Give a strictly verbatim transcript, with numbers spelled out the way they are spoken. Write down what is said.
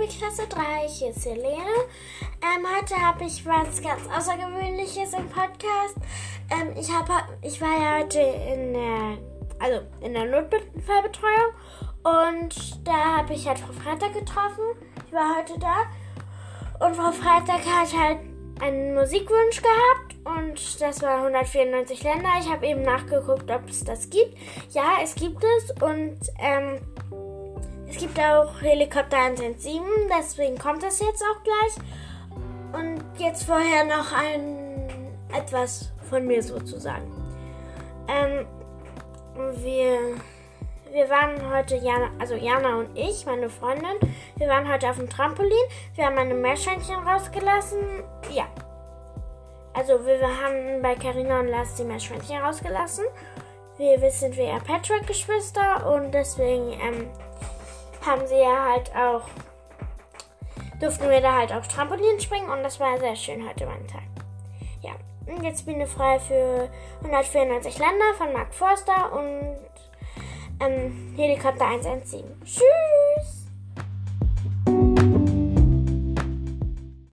liebe Klasse drei, hier ist Helene. Ähm, heute habe ich was ganz Außergewöhnliches im Podcast. Ähm, ich, hab, ich war ja heute in der, also in der Notfallbetreuung und da habe ich halt Frau Freitag getroffen. Ich war heute da und Frau Freitag hat halt einen Musikwunsch gehabt und das war hundertvierundneunzig Länder. Ich habe eben nachgeguckt, ob es das gibt. Ja, es gibt es und ähm, es gibt auch Helikopter eins eins sieben, deswegen kommt das jetzt auch gleich. Und jetzt vorher noch ein etwas von mir sozusagen. Ähm, wir, wir waren heute, Jana, also Jana und ich, meine Freundin, wir waren heute auf dem Trampolin. Wir haben eine Meerschweinchen rausgelassen. Ja. Also wir haben bei Carina und Lars die Meerschweinchen rausgelassen. Wir, wir sind wie Patchwork-Geschwister und deswegen ähm, haben sie ja halt auch, durften wir da halt auch Trampolin springen und das war sehr schön heute mein Tag. Ja, und jetzt bin ich frei für hundertvierundneunzig Länder von Mark Forster und ähm, Helikopter eins eins sieben. Tschüss!